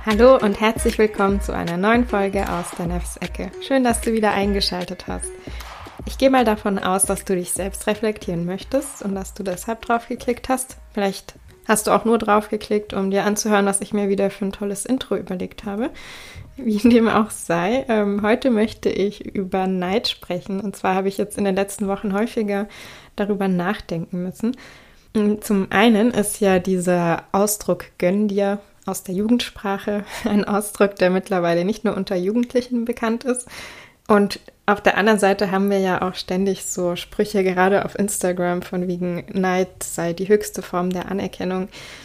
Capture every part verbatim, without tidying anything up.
Hallo und herzlich willkommen zu einer neuen Folge aus der Nefs-Ecke. Schön, dass du wieder eingeschaltet hast. Ich gehe mal davon aus, dass du dich selbst reflektieren möchtest und dass du deshalb drauf geklickt hast. Vielleicht hast du auch nur drauf geklickt, um dir anzuhören, was ich mir wieder für ein tolles Intro überlegt habe. Wie dem auch sei, ähm, heute möchte ich über Neid sprechen. Und zwar habe ich jetzt in den letzten Wochen häufiger darüber nachdenken müssen. Zum einen ist ja dieser Ausdruck "Gönn dir" aus der Jugendsprache ein Ausdruck, der mittlerweile nicht nur unter Jugendlichen bekannt ist. Und auf der anderen Seite haben wir ja auch ständig so Sprüche, gerade auf Instagram, von wegen Neid sei die höchste Form der Anerkennung.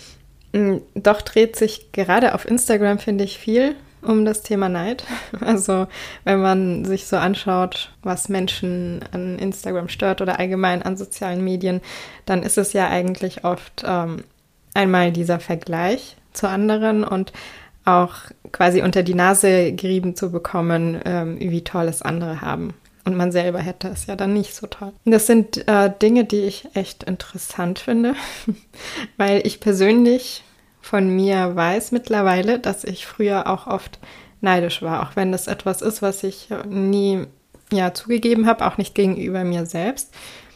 Doch dreht sich gerade auf Instagram, finde ich, viel um das Thema Neid. Also wenn man sich so anschaut, was Menschen an Instagram stört oder allgemein an sozialen Medien, dann ist es ja eigentlich oft ähm, einmal dieser Vergleich zu anderen und auch quasi unter die Nase gerieben zu bekommen, ähm, wie toll es andere haben. Und man selber hätte es ja dann nicht so toll. Und das sind äh, Dinge, die ich echt interessant finde, weil ich persönlich von mir weiß mittlerweile, dass ich früher auch oft neidisch war, auch wenn das etwas ist, was ich nie ja, zugegeben habe, auch nicht gegenüber mir selbst,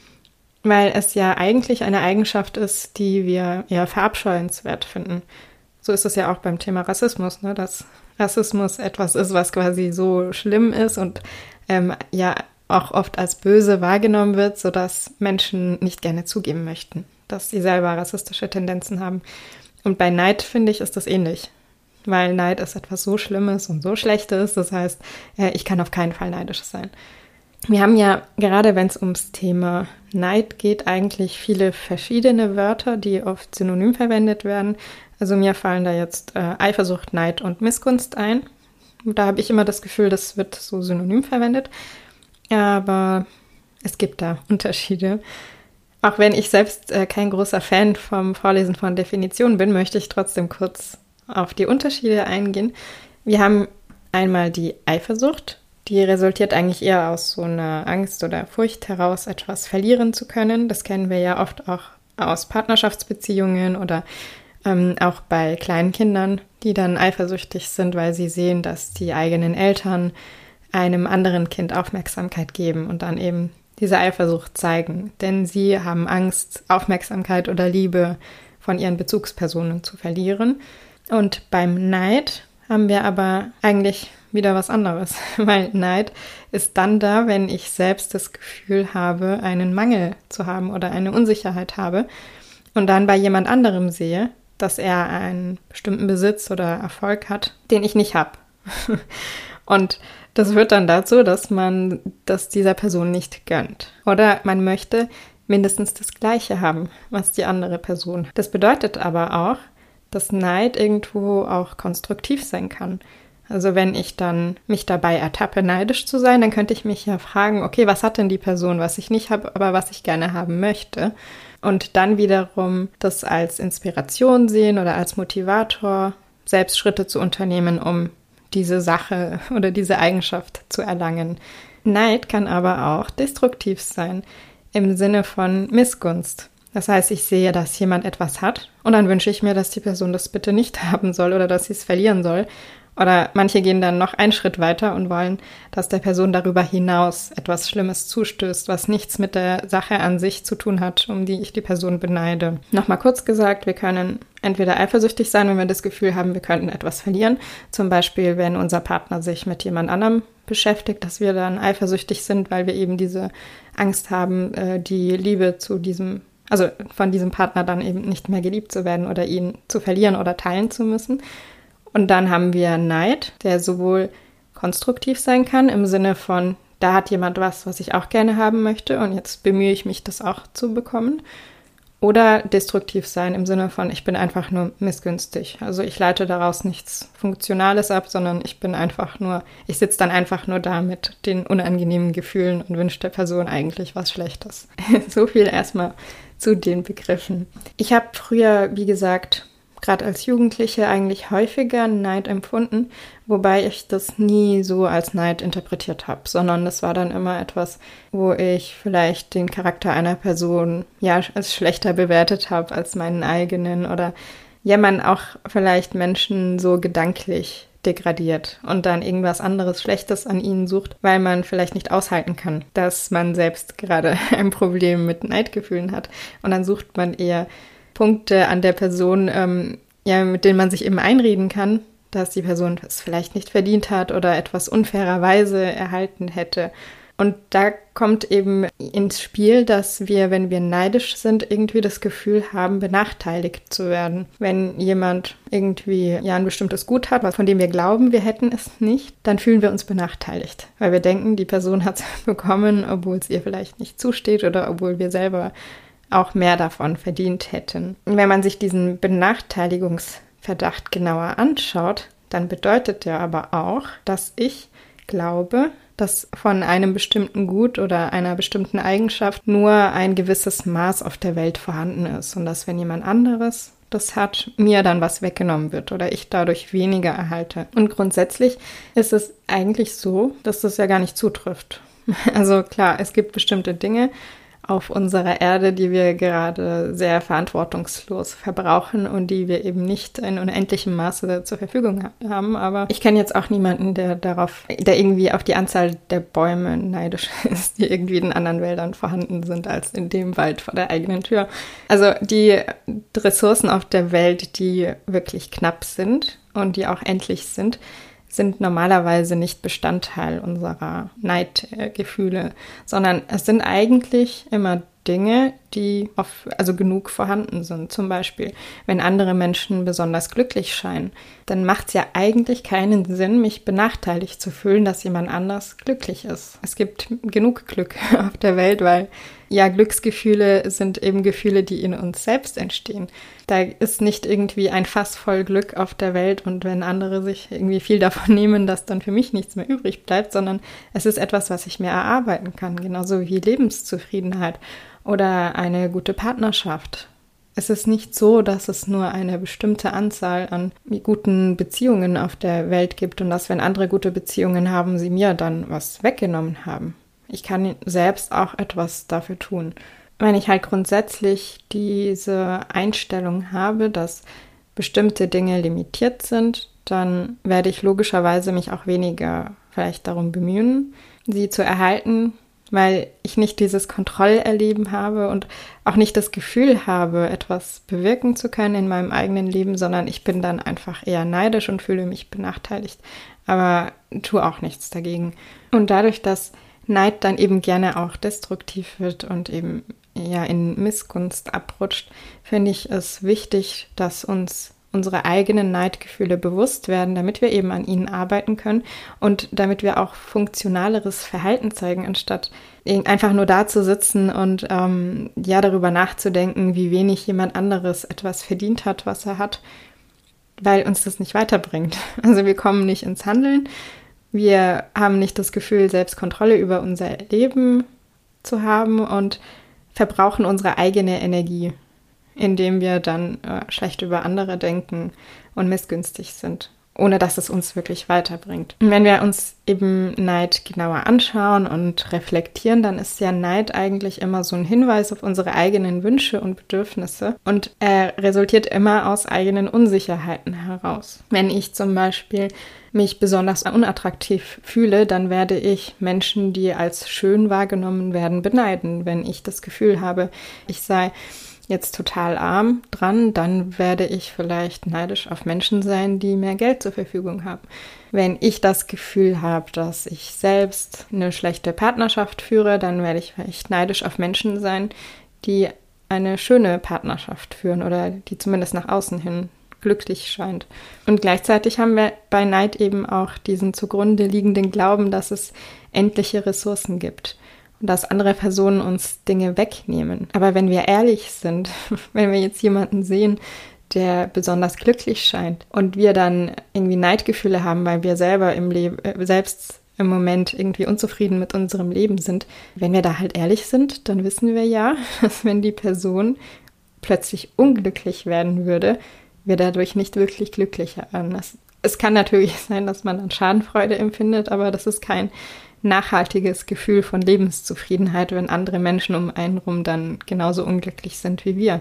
weil es ja eigentlich eine Eigenschaft ist, die wir eher verabscheuenswert finden. So ist es ja auch beim Thema Rassismus, ne? Dass Rassismus etwas ist, was quasi so schlimm ist und ähm, ja auch oft als böse wahrgenommen wird, sodass Menschen nicht gerne zugeben möchten, dass sie selber rassistische Tendenzen haben. Und bei Neid, finde ich, ist das ähnlich, weil Neid ist etwas so Schlimmes und so Schlechtes, das heißt, äh, ich kann auf keinen Fall neidisch sein. Wir haben ja, gerade wenn es ums Thema Neid geht, eigentlich viele verschiedene Wörter, die oft synonym verwendet werden. Also mir fallen da jetzt äh, Eifersucht, Neid und Missgunst ein. Da habe ich immer das Gefühl, das wird so synonym verwendet. Aber es gibt da Unterschiede. Auch wenn ich selbst äh, kein großer Fan vom Vorlesen von Definitionen bin, möchte ich trotzdem kurz auf die Unterschiede eingehen. Wir haben einmal die Eifersucht. Die resultiert eigentlich eher aus so einer Angst oder Furcht heraus, etwas verlieren zu können. Das kennen wir ja oft auch aus Partnerschaftsbeziehungen oder ähm, auch bei kleinen Kindern, die dann eifersüchtig sind, weil sie sehen, dass die eigenen Eltern einem anderen Kind Aufmerksamkeit geben und dann eben diese Eifersucht zeigen. Denn sie haben Angst, Aufmerksamkeit oder Liebe von ihren Bezugspersonen zu verlieren. Und beim Neid haben wir aber eigentlich wieder was anderes, weil Neid ist dann da, wenn ich selbst das Gefühl habe, einen Mangel zu haben oder eine Unsicherheit habe und dann bei jemand anderem sehe, dass er einen bestimmten Besitz oder Erfolg hat, den ich nicht habe. Und das führt dann dazu, dass man das dieser Person nicht gönnt. Oder man möchte mindestens das Gleiche haben, was die andere Person. Das bedeutet aber auch, dass Neid irgendwo auch konstruktiv sein kann. Also wenn ich dann mich dabei ertappe, neidisch zu sein, dann könnte ich mich ja fragen, okay, was hat denn die Person, was ich nicht habe, aber was ich gerne haben möchte? Und dann wiederum das als Inspiration sehen oder als Motivator, selbst Schritte zu unternehmen, um diese Sache oder diese Eigenschaft zu erlangen. Neid kann aber auch destruktiv sein, im Sinne von Missgunst. Das heißt, ich sehe, dass jemand etwas hat und dann wünsche ich mir, dass die Person das bitte nicht haben soll oder dass sie es verlieren soll. Oder manche gehen dann noch einen Schritt weiter und wollen, dass der Person darüber hinaus etwas Schlimmes zustößt, was nichts mit der Sache an sich zu tun hat, um die ich die Person beneide. Nochmal kurz gesagt, wir können entweder eifersüchtig sein, wenn wir das Gefühl haben, wir könnten etwas verlieren. Zum Beispiel, wenn unser Partner sich mit jemand anderem beschäftigt, dass wir dann eifersüchtig sind, weil wir eben diese Angst haben, die Liebe zu diesem, also von diesem Partner dann eben nicht mehr geliebt zu werden oder ihn zu verlieren oder teilen zu müssen. Und dann haben wir Neid, der sowohl konstruktiv sein kann, im Sinne von, da hat jemand was, was ich auch gerne haben möchte und jetzt bemühe ich mich, das auch zu bekommen. Oder destruktiv sein, im Sinne von, ich bin einfach nur missgünstig. Also ich leite daraus nichts Funktionales ab, sondern ich bin einfach nur, ich sitze dann einfach nur da mit den unangenehmen Gefühlen und wünsche der Person eigentlich was Schlechtes. So viel erstmal zu den Begriffen. Ich habe früher, wie gesagt, gerade als Jugendliche eigentlich häufiger Neid empfunden, wobei ich das nie so als Neid interpretiert habe, sondern das war dann immer etwas, wo ich vielleicht den Charakter einer Person ja als schlechter bewertet habe als meinen eigenen oder jammern auch vielleicht Menschen so gedanklich degradiert und dann irgendwas anderes Schlechtes an ihnen sucht, weil man vielleicht nicht aushalten kann, dass man selbst gerade ein Problem mit Neidgefühlen hat. Und dann sucht man eher Punkte an der Person, ähm, ja, mit denen man sich eben einreden kann, dass die Person es vielleicht nicht verdient hat oder etwas unfairerweise erhalten hätte. Und da kommt eben ins Spiel, dass wir, wenn wir neidisch sind, irgendwie das Gefühl haben, benachteiligt zu werden. Wenn jemand irgendwie ja ein bestimmtes Gut hat, von dem wir glauben, wir hätten es nicht, dann fühlen wir uns benachteiligt. Weil wir denken, die Person hat es bekommen, obwohl es ihr vielleicht nicht zusteht oder obwohl wir selber auch mehr davon verdient hätten. Und wenn man sich diesen Benachteiligungsverdacht genauer anschaut, dann bedeutet der aber auch, dass ich glaube, dass von einem bestimmten Gut oder einer bestimmten Eigenschaft nur ein gewisses Maß auf der Welt vorhanden ist und dass, wenn jemand anderes das hat, mir dann was weggenommen wird oder ich dadurch weniger erhalte. Und grundsätzlich ist es eigentlich so, dass das ja gar nicht zutrifft. Also klar, es gibt bestimmte Dinge auf unserer Erde, die wir gerade sehr verantwortungslos verbrauchen und die wir eben nicht in unendlichem Maße zur Verfügung haben. Aber ich kenne jetzt auch niemanden, der darauf, der irgendwie auf die Anzahl der Bäume neidisch ist, die irgendwie in anderen Wäldern vorhanden sind, als in dem Wald vor der eigenen Tür. Also die Ressourcen auf der Welt, die wirklich knapp sind und die auch endlich sind, sind normalerweise nicht Bestandteil unserer Neidgefühle, sondern es sind eigentlich immer Dinge, die auf, also genug vorhanden sind. Zum Beispiel, wenn andere Menschen besonders glücklich scheinen, dann macht es ja eigentlich keinen Sinn, mich benachteiligt zu fühlen, dass jemand anders glücklich ist. Es gibt genug Glück auf der Welt, weil ja, Glücksgefühle sind eben Gefühle, die in uns selbst entstehen. Da ist nicht irgendwie ein Fass voll Glück auf der Welt und wenn andere sich irgendwie viel davon nehmen, dass dann für mich nichts mehr übrig bleibt, sondern es ist etwas, was ich mir erarbeiten kann, genauso wie Lebenszufriedenheit oder eine gute Partnerschaft. Es ist nicht so, dass es nur eine bestimmte Anzahl an guten Beziehungen auf der Welt gibt und dass, wenn andere gute Beziehungen haben, sie mir dann was weggenommen haben. Ich kann selbst auch etwas dafür tun. Wenn ich halt grundsätzlich diese Einstellung habe, dass bestimmte Dinge limitiert sind, dann werde ich logischerweise mich auch weniger vielleicht darum bemühen, sie zu erhalten, weil ich nicht dieses Kontrollerleben habe und auch nicht das Gefühl habe, etwas bewirken zu können in meinem eigenen Leben, sondern ich bin dann einfach eher neidisch und fühle mich benachteiligt, aber tue auch nichts dagegen. Und dadurch, dass Neid dann eben gerne auch destruktiv wird und eben ja in Missgunst abrutscht, finde ich es wichtig, dass uns unsere eigenen Neidgefühle bewusst werden, damit wir eben an ihnen arbeiten können und damit wir auch funktionaleres Verhalten zeigen, anstatt einfach nur da zu sitzen und ähm, ja darüber nachzudenken, wie wenig jemand anderes etwas verdient hat, was er hat, weil uns das nicht weiterbringt. Also wir kommen nicht ins Handeln. Wir haben nicht das Gefühl, selbst Kontrolle über unser Leben zu haben und verbrauchen unsere eigene Energie, indem wir dann äh, schlecht über andere denken und missgünstig sind, ohne dass es uns wirklich weiterbringt. Und wenn wir uns eben Neid genauer anschauen und reflektieren, dann ist ja Neid eigentlich immer so ein Hinweis auf unsere eigenen Wünsche und Bedürfnisse und er resultiert immer aus eigenen Unsicherheiten heraus. Wenn ich zum Beispiel mich besonders unattraktiv fühle, dann werde ich Menschen, die als schön wahrgenommen werden, beneiden. Wenn ich das Gefühl habe, ich sei jetzt total arm dran, dann werde ich vielleicht neidisch auf Menschen sein, die mehr Geld zur Verfügung haben. Wenn ich das Gefühl habe, dass ich selbst eine schlechte Partnerschaft führe, dann werde ich vielleicht neidisch auf Menschen sein, die eine schöne Partnerschaft führen oder die zumindest nach außen hin glücklich scheint. Und gleichzeitig haben wir bei Neid eben auch diesen zugrunde liegenden Glauben, dass es endliche Ressourcen gibt und dass andere Personen uns Dinge wegnehmen. Aber wenn wir ehrlich sind, wenn wir jetzt jemanden sehen, der besonders glücklich scheint und wir dann irgendwie Neidgefühle haben, weil wir selber im Leben, äh, selbst im Moment irgendwie unzufrieden mit unserem Leben sind, wenn wir da halt ehrlich sind, dann wissen wir ja, dass wenn die Person plötzlich unglücklich werden würde, wir dadurch nicht wirklich glücklicher werden. Es kann natürlich sein, dass man dann Schadenfreude empfindet, aber das ist kein nachhaltiges Gefühl von Lebenszufriedenheit, wenn andere Menschen um einen rum dann genauso unglücklich sind wie wir.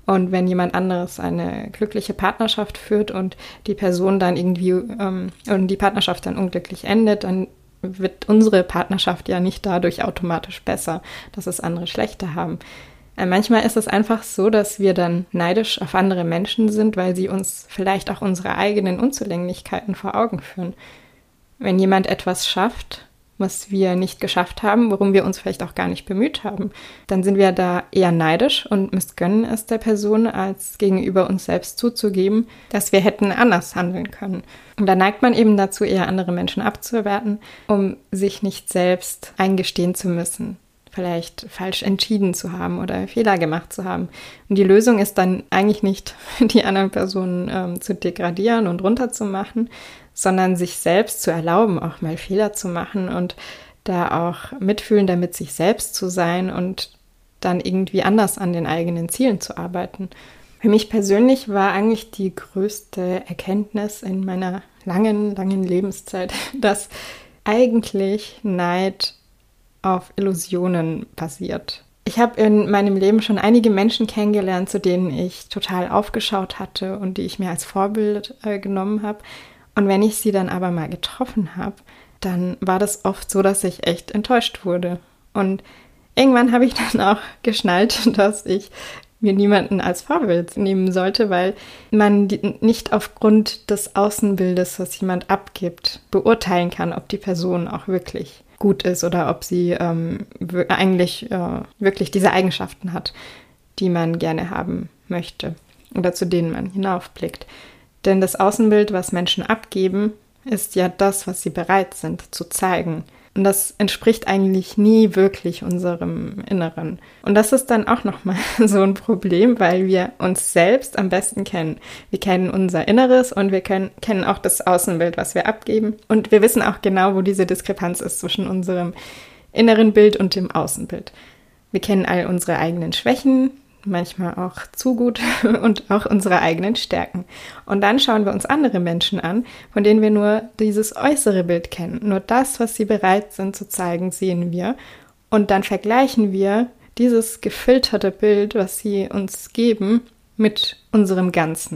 Und wenn jemand anderes eine glückliche Partnerschaft führt und die Person dann irgendwie ähm, und die Partnerschaft dann unglücklich endet, dann wird unsere Partnerschaft ja nicht dadurch automatisch besser, dass es andere schlechter haben. Äh, manchmal ist es einfach so, dass wir dann neidisch auf andere Menschen sind, weil sie uns vielleicht auch unsere eigenen Unzulänglichkeiten vor Augen führen. Wenn jemand etwas schafft, was wir nicht geschafft haben, worum wir uns vielleicht auch gar nicht bemüht haben, dann sind wir da eher neidisch und missgönnen es der Person, als gegenüber uns selbst zuzugeben, dass wir hätten anders handeln können. Und da neigt man eben dazu, eher andere Menschen abzuwerten, um sich nicht selbst eingestehen zu müssen, vielleicht falsch entschieden zu haben oder Fehler gemacht zu haben. Und die Lösung ist dann eigentlich nicht, die anderen Personen ähm, zu degradieren und runterzumachen, sondern sich selbst zu erlauben, auch mal Fehler zu machen und da auch mitfühlend damit sich selbst zu sein und dann irgendwie anders an den eigenen Zielen zu arbeiten. Für mich persönlich war eigentlich die größte Erkenntnis in meiner langen, langen Lebenszeit, dass eigentlich Neid auf Illusionen basiert. Ich habe in meinem Leben schon einige Menschen kennengelernt, zu denen ich total aufgeschaut hatte und die ich mir als Vorbild äh, genommen habe. Und wenn ich sie dann aber mal getroffen habe, dann war das oft so, dass ich echt enttäuscht wurde. Und irgendwann habe ich dann auch geschnallt, dass ich mir niemanden als Vorbild nehmen sollte, weil man die, nicht aufgrund des Außenbildes, was jemand abgibt, beurteilen kann, ob die Person auch wirklich gut ist oder ob sie ähm, w- eigentlich äh, wirklich diese Eigenschaften hat, die man gerne haben möchte oder zu denen man hinaufblickt. Denn das Außenbild, was Menschen abgeben, ist ja das, was sie bereit sind zu zeigen. Und das entspricht eigentlich nie wirklich unserem Inneren. Und das ist dann auch nochmal so ein Problem, weil wir uns selbst am besten kennen. Wir kennen unser Inneres und wir können, kennen auch das Außenbild, was wir abgeben. Und wir wissen auch genau, wo diese Diskrepanz ist zwischen unserem inneren Bild und dem Außenbild. Wir kennen all unsere eigenen Schwächen, manchmal auch zu gut und auch unsere eigenen Stärken. Und dann schauen wir uns andere Menschen an, von denen wir nur dieses äußere Bild kennen. Nur das, was sie bereit sind zu zeigen, sehen wir. Und dann vergleichen wir dieses gefilterte Bild, was sie uns geben, mit unserem Ganzen.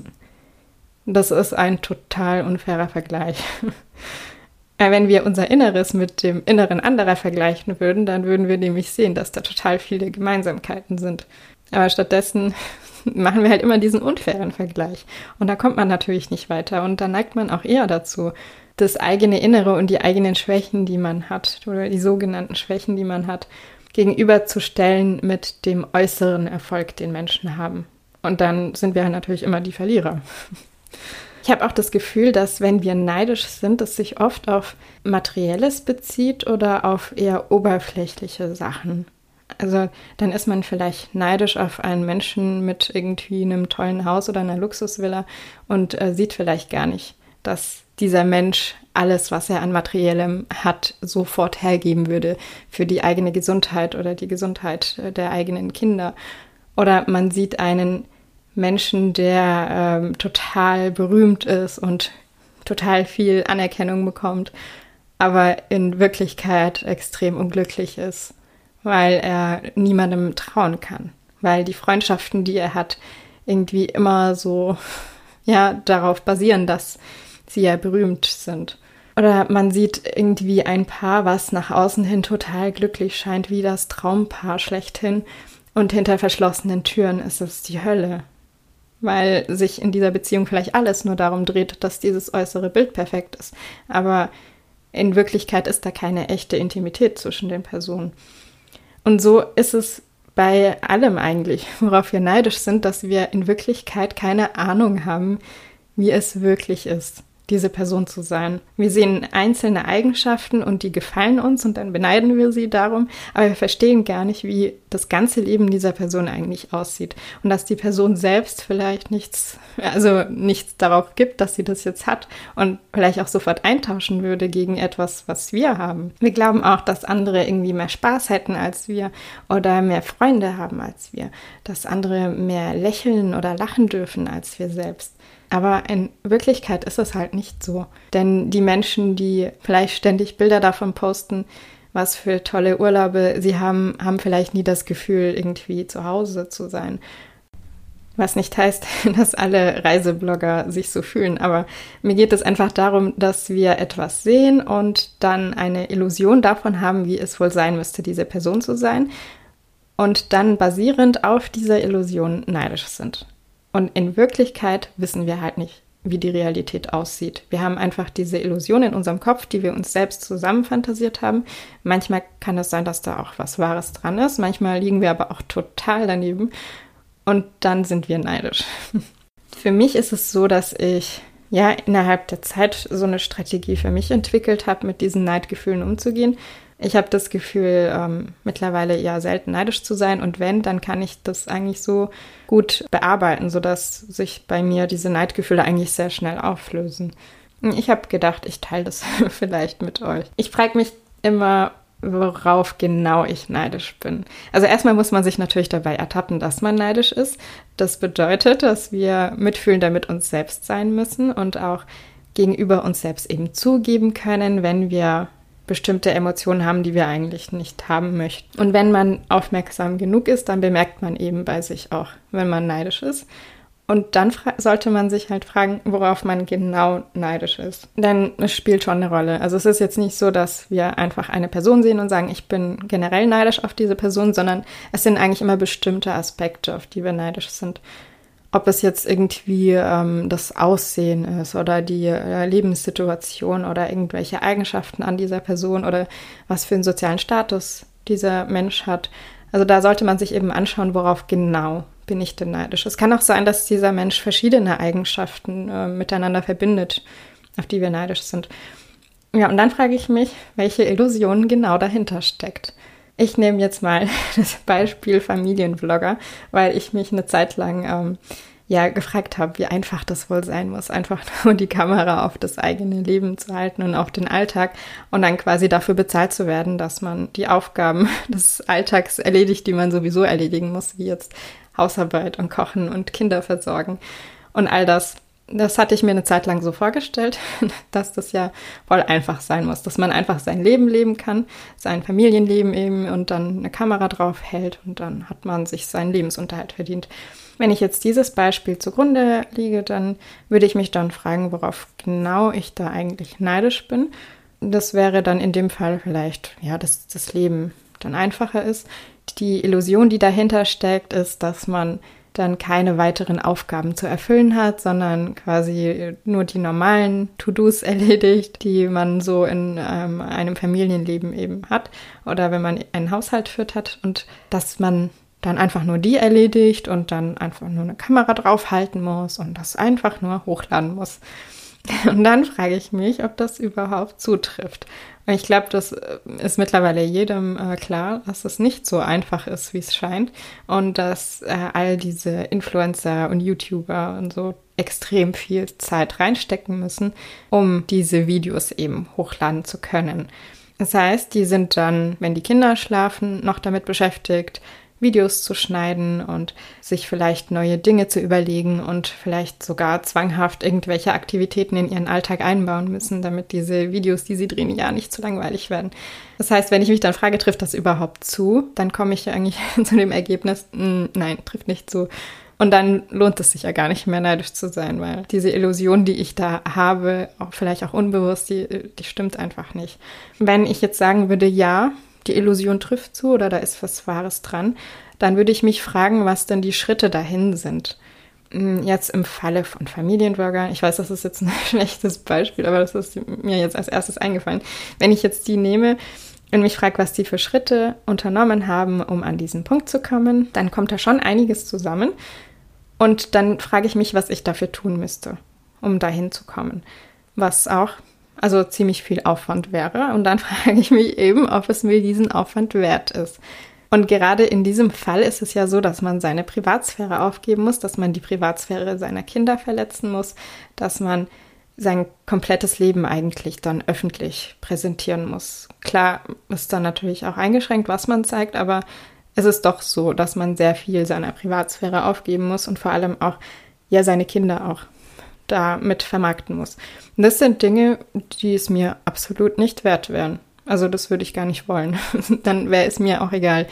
Das ist ein total unfairer Vergleich. Wenn wir unser Inneres mit dem Inneren anderer vergleichen würden, dann würden wir nämlich sehen, dass da total viele Gemeinsamkeiten sind. Aber stattdessen machen wir halt immer diesen unfairen Vergleich. Und da kommt man natürlich nicht weiter. Und da neigt man auch eher dazu, das eigene Innere und die eigenen Schwächen, die man hat, oder die sogenannten Schwächen, die man hat, gegenüberzustellen mit dem äußeren Erfolg, den Menschen haben. Und dann sind wir halt natürlich immer die Verlierer. Ich habe auch das Gefühl, dass wenn wir neidisch sind, es sich oft auf Materielles bezieht oder auf eher oberflächliche Sachen. Also dann ist man vielleicht neidisch auf einen Menschen mit irgendwie einem tollen Haus oder einer Luxusvilla und äh, sieht vielleicht gar nicht, dass dieser Mensch alles, was er an Materiellem hat, sofort hergeben würde für die eigene Gesundheit oder die Gesundheit der eigenen Kinder. Oder man sieht einen Menschen, der ähm, total berühmt ist und total viel Anerkennung bekommt, aber in Wirklichkeit extrem unglücklich ist, weil er niemandem trauen kann, weil die Freundschaften, die er hat, irgendwie immer so ja darauf basieren, dass sie ja berühmt sind. Oder man sieht irgendwie ein Paar, was nach außen hin total glücklich scheint, wie das Traumpaar schlechthin, und hinter verschlossenen Türen ist es die Hölle, weil sich in dieser Beziehung vielleicht alles nur darum dreht, dass dieses äußere Bild perfekt ist. Aber in Wirklichkeit ist da keine echte Intimität zwischen den Personen. Und so ist es bei allem eigentlich, worauf wir neidisch sind, dass wir in Wirklichkeit keine Ahnung haben, wie es wirklich ist, diese Person zu sein. Wir sehen einzelne Eigenschaften und die gefallen uns und dann beneiden wir sie darum, aber wir verstehen gar nicht, wie das ganze Leben dieser Person eigentlich aussieht und dass die Person selbst vielleicht nichts, also nichts darauf gibt, dass sie das jetzt hat und vielleicht auch sofort eintauschen würde gegen etwas, was wir haben. Wir glauben auch, dass andere irgendwie mehr Spaß hätten als wir oder mehr Freunde haben als wir, dass andere mehr lächeln oder lachen dürfen als wir selbst. Aber in Wirklichkeit ist es halt nicht so. Denn die Menschen, die vielleicht ständig Bilder davon posten, was für tolle Urlaube sie haben, haben vielleicht nie das Gefühl, irgendwie zu Hause zu sein. Was nicht heißt, dass alle Reiseblogger sich so fühlen, aber mir geht es einfach darum, dass wir etwas sehen und dann eine Illusion davon haben, wie es wohl sein müsste, diese Person zu sein und dann basierend auf dieser Illusion neidisch sind. Und in Wirklichkeit wissen wir halt nicht, wie die Realität aussieht. Wir haben einfach diese Illusion in unserem Kopf, die wir uns selbst zusammen fantasiert haben. Manchmal kann es sein, dass da auch was Wahres dran ist, manchmal liegen wir aber auch total daneben. Und dann sind wir neidisch. Für mich ist es so, dass ich ja innerhalb der Zeit so eine Strategie für mich entwickelt habe, mit diesen Neidgefühlen umzugehen. Ich habe das Gefühl, ähm, mittlerweile eher selten neidisch zu sein. Und wenn, dann kann ich das eigentlich so gut bearbeiten, sodass sich bei mir diese Neidgefühle eigentlich sehr schnell auflösen. Ich habe gedacht, ich teile das vielleicht mit euch. Ich frage mich immer, worauf genau ich neidisch bin. Also erstmal muss man sich natürlich dabei ertappen, dass man neidisch ist. Das bedeutet, dass wir mitfühlender mit uns selbst sein müssen und auch gegenüber uns selbst eben zugeben können, wenn wir bestimmte Emotionen haben, die wir eigentlich nicht haben möchten. Und wenn man aufmerksam genug ist, dann bemerkt man eben bei sich auch, wenn man neidisch ist. Und dann fra- sollte man sich halt fragen, worauf man genau neidisch ist. Denn es spielt schon eine Rolle. Also es ist jetzt nicht so, dass wir einfach eine Person sehen und sagen, ich bin generell neidisch auf diese Person, sondern es sind eigentlich immer bestimmte Aspekte, auf die wir neidisch sind. Ob es jetzt irgendwie ähm, das Aussehen ist oder die äh, Lebenssituation oder irgendwelche Eigenschaften an dieser Person oder was für einen sozialen Status dieser Mensch hat. Also da sollte man sich eben anschauen, worauf genau bin ich denn neidisch. Es kann auch sein, dass dieser Mensch verschiedene Eigenschaften äh, miteinander verbindet, auf die wir neidisch sind. Ja, und dann frage ich mich, welche Illusion genau dahinter steckt. Ich nehme jetzt mal das Beispiel Familienvlogger, weil ich mich eine Zeit lang ähm, ja gefragt habe, wie einfach das wohl sein muss, einfach nur die Kamera auf das eigene Leben zu halten und auf den Alltag und dann quasi dafür bezahlt zu werden, dass man die Aufgaben des Alltags erledigt, die man sowieso erledigen muss, wie jetzt Hausarbeit und Kochen und Kinder versorgen und all das. Das hatte ich mir eine Zeit lang so vorgestellt, dass das ja voll einfach sein muss, dass man einfach sein Leben leben kann, sein Familienleben eben und dann eine Kamera drauf hält und dann hat man sich seinen Lebensunterhalt verdient. Wenn ich jetzt dieses Beispiel zugrunde liege, dann würde ich mich dann fragen, worauf genau ich da eigentlich neidisch bin. Das wäre dann in dem Fall vielleicht, ja, dass das Leben dann einfacher ist. Die Illusion, die dahinter steckt, ist, dass man dann keine weiteren Aufgaben zu erfüllen hat, sondern quasi nur die normalen To-Dos erledigt, die man so in ähm, einem Familienleben eben hat oder wenn man einen Haushalt führt hat und dass man dann einfach nur die erledigt und dann einfach nur eine Kamera draufhalten muss und das einfach nur hochladen muss. Und dann frage ich mich, ob das überhaupt zutrifft. Und ich glaube, das ist mittlerweile jedem äh, klar, dass es nicht so einfach ist, wie es scheint. Und dass äh, all diese Influencer und YouTuber und so extrem viel Zeit reinstecken müssen, um diese Videos eben hochladen zu können. Das heißt, die sind dann, wenn die Kinder schlafen, noch damit beschäftigt, Videos zu schneiden und sich vielleicht neue Dinge zu überlegen und vielleicht sogar zwanghaft irgendwelche Aktivitäten in ihren Alltag einbauen müssen, damit diese Videos, die sie drehen, ja nicht zu langweilig werden. Das heißt, wenn ich mich dann frage, trifft das überhaupt zu, dann komme ich ja eigentlich zu dem Ergebnis, mh, nein, trifft nicht zu. Und dann lohnt es sich ja gar nicht mehr, neidisch zu sein, weil diese Illusion, die ich da habe, auch vielleicht auch unbewusst, die, die stimmt einfach nicht. Wenn ich jetzt sagen würde, ja, die Illusion trifft zu oder da ist was Wahres dran, dann würde ich mich fragen, was denn die Schritte dahin sind. Jetzt im Falle von Familienvloggern, ich weiß, das ist jetzt ein schlechtes Beispiel, aber das ist mir jetzt als erstes eingefallen. Wenn ich jetzt die nehme und mich frage, was die für Schritte unternommen haben, um an diesen Punkt zu kommen, dann kommt da schon einiges zusammen und dann frage ich mich, was ich dafür tun müsste, um dahin zu kommen. Was auch also ziemlich viel Aufwand wäre. Und dann frage ich mich eben, ob es mir diesen Aufwand wert ist. Und gerade in diesem Fall ist es ja so, dass man seine Privatsphäre aufgeben muss, dass man die Privatsphäre seiner Kinder verletzen muss, dass man sein komplettes Leben eigentlich dann öffentlich präsentieren muss. Klar ist dann natürlich auch eingeschränkt, was man zeigt, aber es ist doch so, dass man sehr viel seiner Privatsphäre aufgeben muss und vor allem auch ja seine Kinder auch damit vermarkten muss. Und das sind Dinge, die es mir absolut nicht wert wären. Also das würde ich gar nicht wollen. Dann wäre es mir auch egal,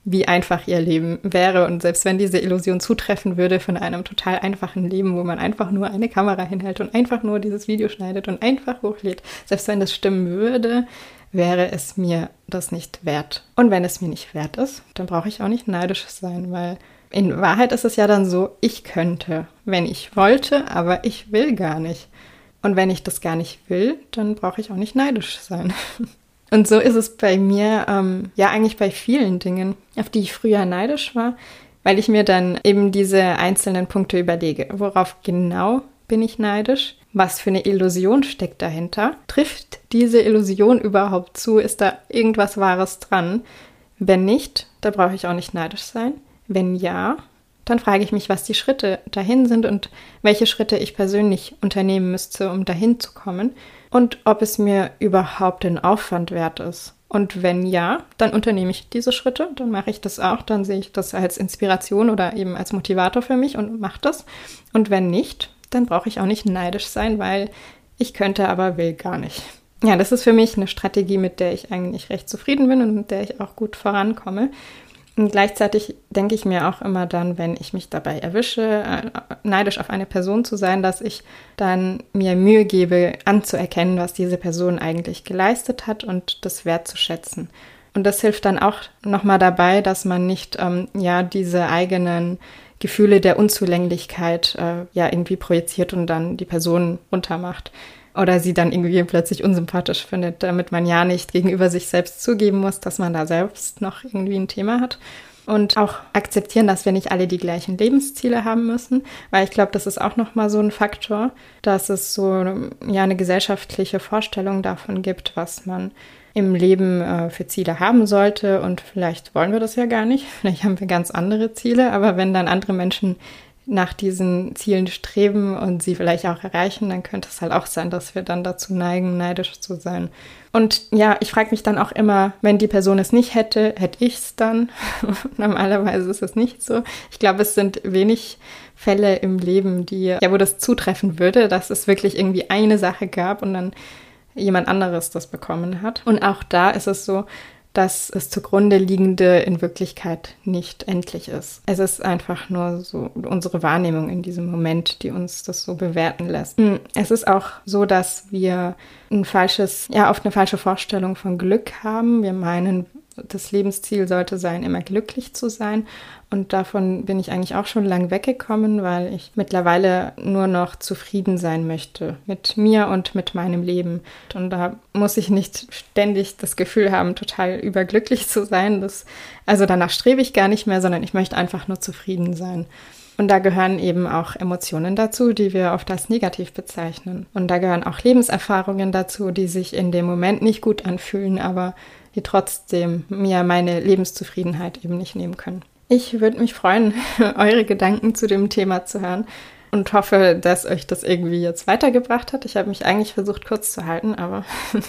wie einfach ihr Leben wäre. Und selbst wenn diese Illusion zutreffen würde von einem total einfachen Leben, wo man einfach nur eine Kamera hinhält und einfach nur dieses Video schneidet und einfach hochlädt, selbst wenn das stimmen würde, wäre es mir das nicht wert. Und wenn es mir nicht wert ist, dann brauche ich auch nicht neidisch sein, weil in Wahrheit ist es ja dann so, ich könnte, wenn ich wollte, aber ich will gar nicht. Und wenn ich das gar nicht will, dann brauche ich auch nicht neidisch sein. Und so ist es bei mir, ähm, ja eigentlich bei vielen Dingen, auf die ich früher neidisch war, weil ich mir dann eben diese einzelnen Punkte überlege. Worauf genau bin ich neidisch? Was für eine Illusion steckt dahinter? Trifft diese Illusion überhaupt zu? Ist da irgendwas Wahres dran? Wenn nicht, dann brauche ich auch nicht neidisch sein. Wenn ja, dann frage ich mich, was die Schritte dahin sind und welche Schritte ich persönlich unternehmen müsste, um dahin zu kommen und ob es mir überhaupt den Aufwand wert ist. Und wenn ja, dann unternehme ich diese Schritte, dann mache ich das auch, dann sehe ich das als Inspiration oder eben als Motivator für mich und mache das. Und wenn nicht, dann brauche ich auch nicht neidisch sein, weil ich könnte, aber will gar nicht. Ja, das ist für mich eine Strategie, mit der ich eigentlich recht zufrieden bin und mit der ich auch gut vorankomme. Und gleichzeitig denke ich mir auch immer dann, wenn ich mich dabei erwische, neidisch auf eine Person zu sein, dass ich dann mir Mühe gebe, anzuerkennen, was diese Person eigentlich geleistet hat und das wertzuschätzen. Und das hilft dann auch nochmal dabei, dass man nicht ähm, ja diese eigenen Gefühle der Unzulänglichkeit äh, ja irgendwie projiziert und dann die Person runtermacht. Oder sie dann irgendwie plötzlich unsympathisch findet, damit man ja nicht gegenüber sich selbst zugeben muss, dass man da selbst noch irgendwie ein Thema hat. Und auch akzeptieren, dass wir nicht alle die gleichen Lebensziele haben müssen, weil ich glaube, das ist auch nochmal so ein Faktor, dass es so ja eine gesellschaftliche Vorstellung davon gibt, was man im Leben äh, für Ziele haben sollte. Und vielleicht wollen wir das ja gar nicht, vielleicht haben wir ganz andere Ziele, aber wenn dann andere Menschen nach diesen Zielen streben und sie vielleicht auch erreichen, dann könnte es halt auch sein, dass wir dann dazu neigen, neidisch zu sein. Und ja, ich frage mich dann auch immer, wenn die Person es nicht hätte, hätte ich es dann? Normalerweise ist es nicht so. Ich glaube, es sind wenig Fälle im Leben, die, ja, wo das zutreffen würde, dass es wirklich irgendwie eine Sache gab und dann jemand anderes das bekommen hat. Und auch da ist es so, dass das zugrunde liegende in Wirklichkeit nicht endlich ist. Es ist einfach nur so unsere Wahrnehmung in diesem Moment, die uns das so bewerten lässt. Es ist auch so, dass wir ein falsches, ja, oft eine falsche Vorstellung von Glück haben. Wir meinen, das Lebensziel sollte sein, immer glücklich zu sein. Und davon bin ich eigentlich auch schon lang weggekommen, weil ich mittlerweile nur noch zufrieden sein möchte mit mir und mit meinem Leben. Und da muss ich nicht ständig das Gefühl haben, total überglücklich zu sein. Das, also danach strebe ich gar nicht mehr, sondern ich möchte einfach nur zufrieden sein. Und da gehören eben auch Emotionen dazu, die wir oft als negativ bezeichnen. Und da gehören auch Lebenserfahrungen dazu, die sich in dem Moment nicht gut anfühlen, aber die trotzdem mir meine Lebenszufriedenheit eben nicht nehmen können. Ich würde mich freuen, eure Gedanken zu dem Thema zu hören und hoffe, dass euch das irgendwie jetzt weitergebracht hat. Ich habe mich eigentlich versucht, kurz zu halten, aber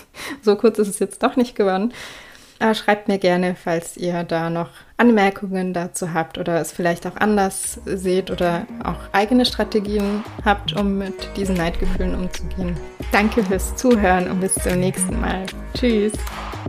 so kurz ist es jetzt doch nicht geworden. Aber schreibt mir gerne, falls ihr da noch Anmerkungen dazu habt oder es vielleicht auch anders seht oder auch eigene Strategien habt, um mit diesen Neidgefühlen umzugehen. Danke fürs Zuhören und bis zum nächsten Mal. Tschüss!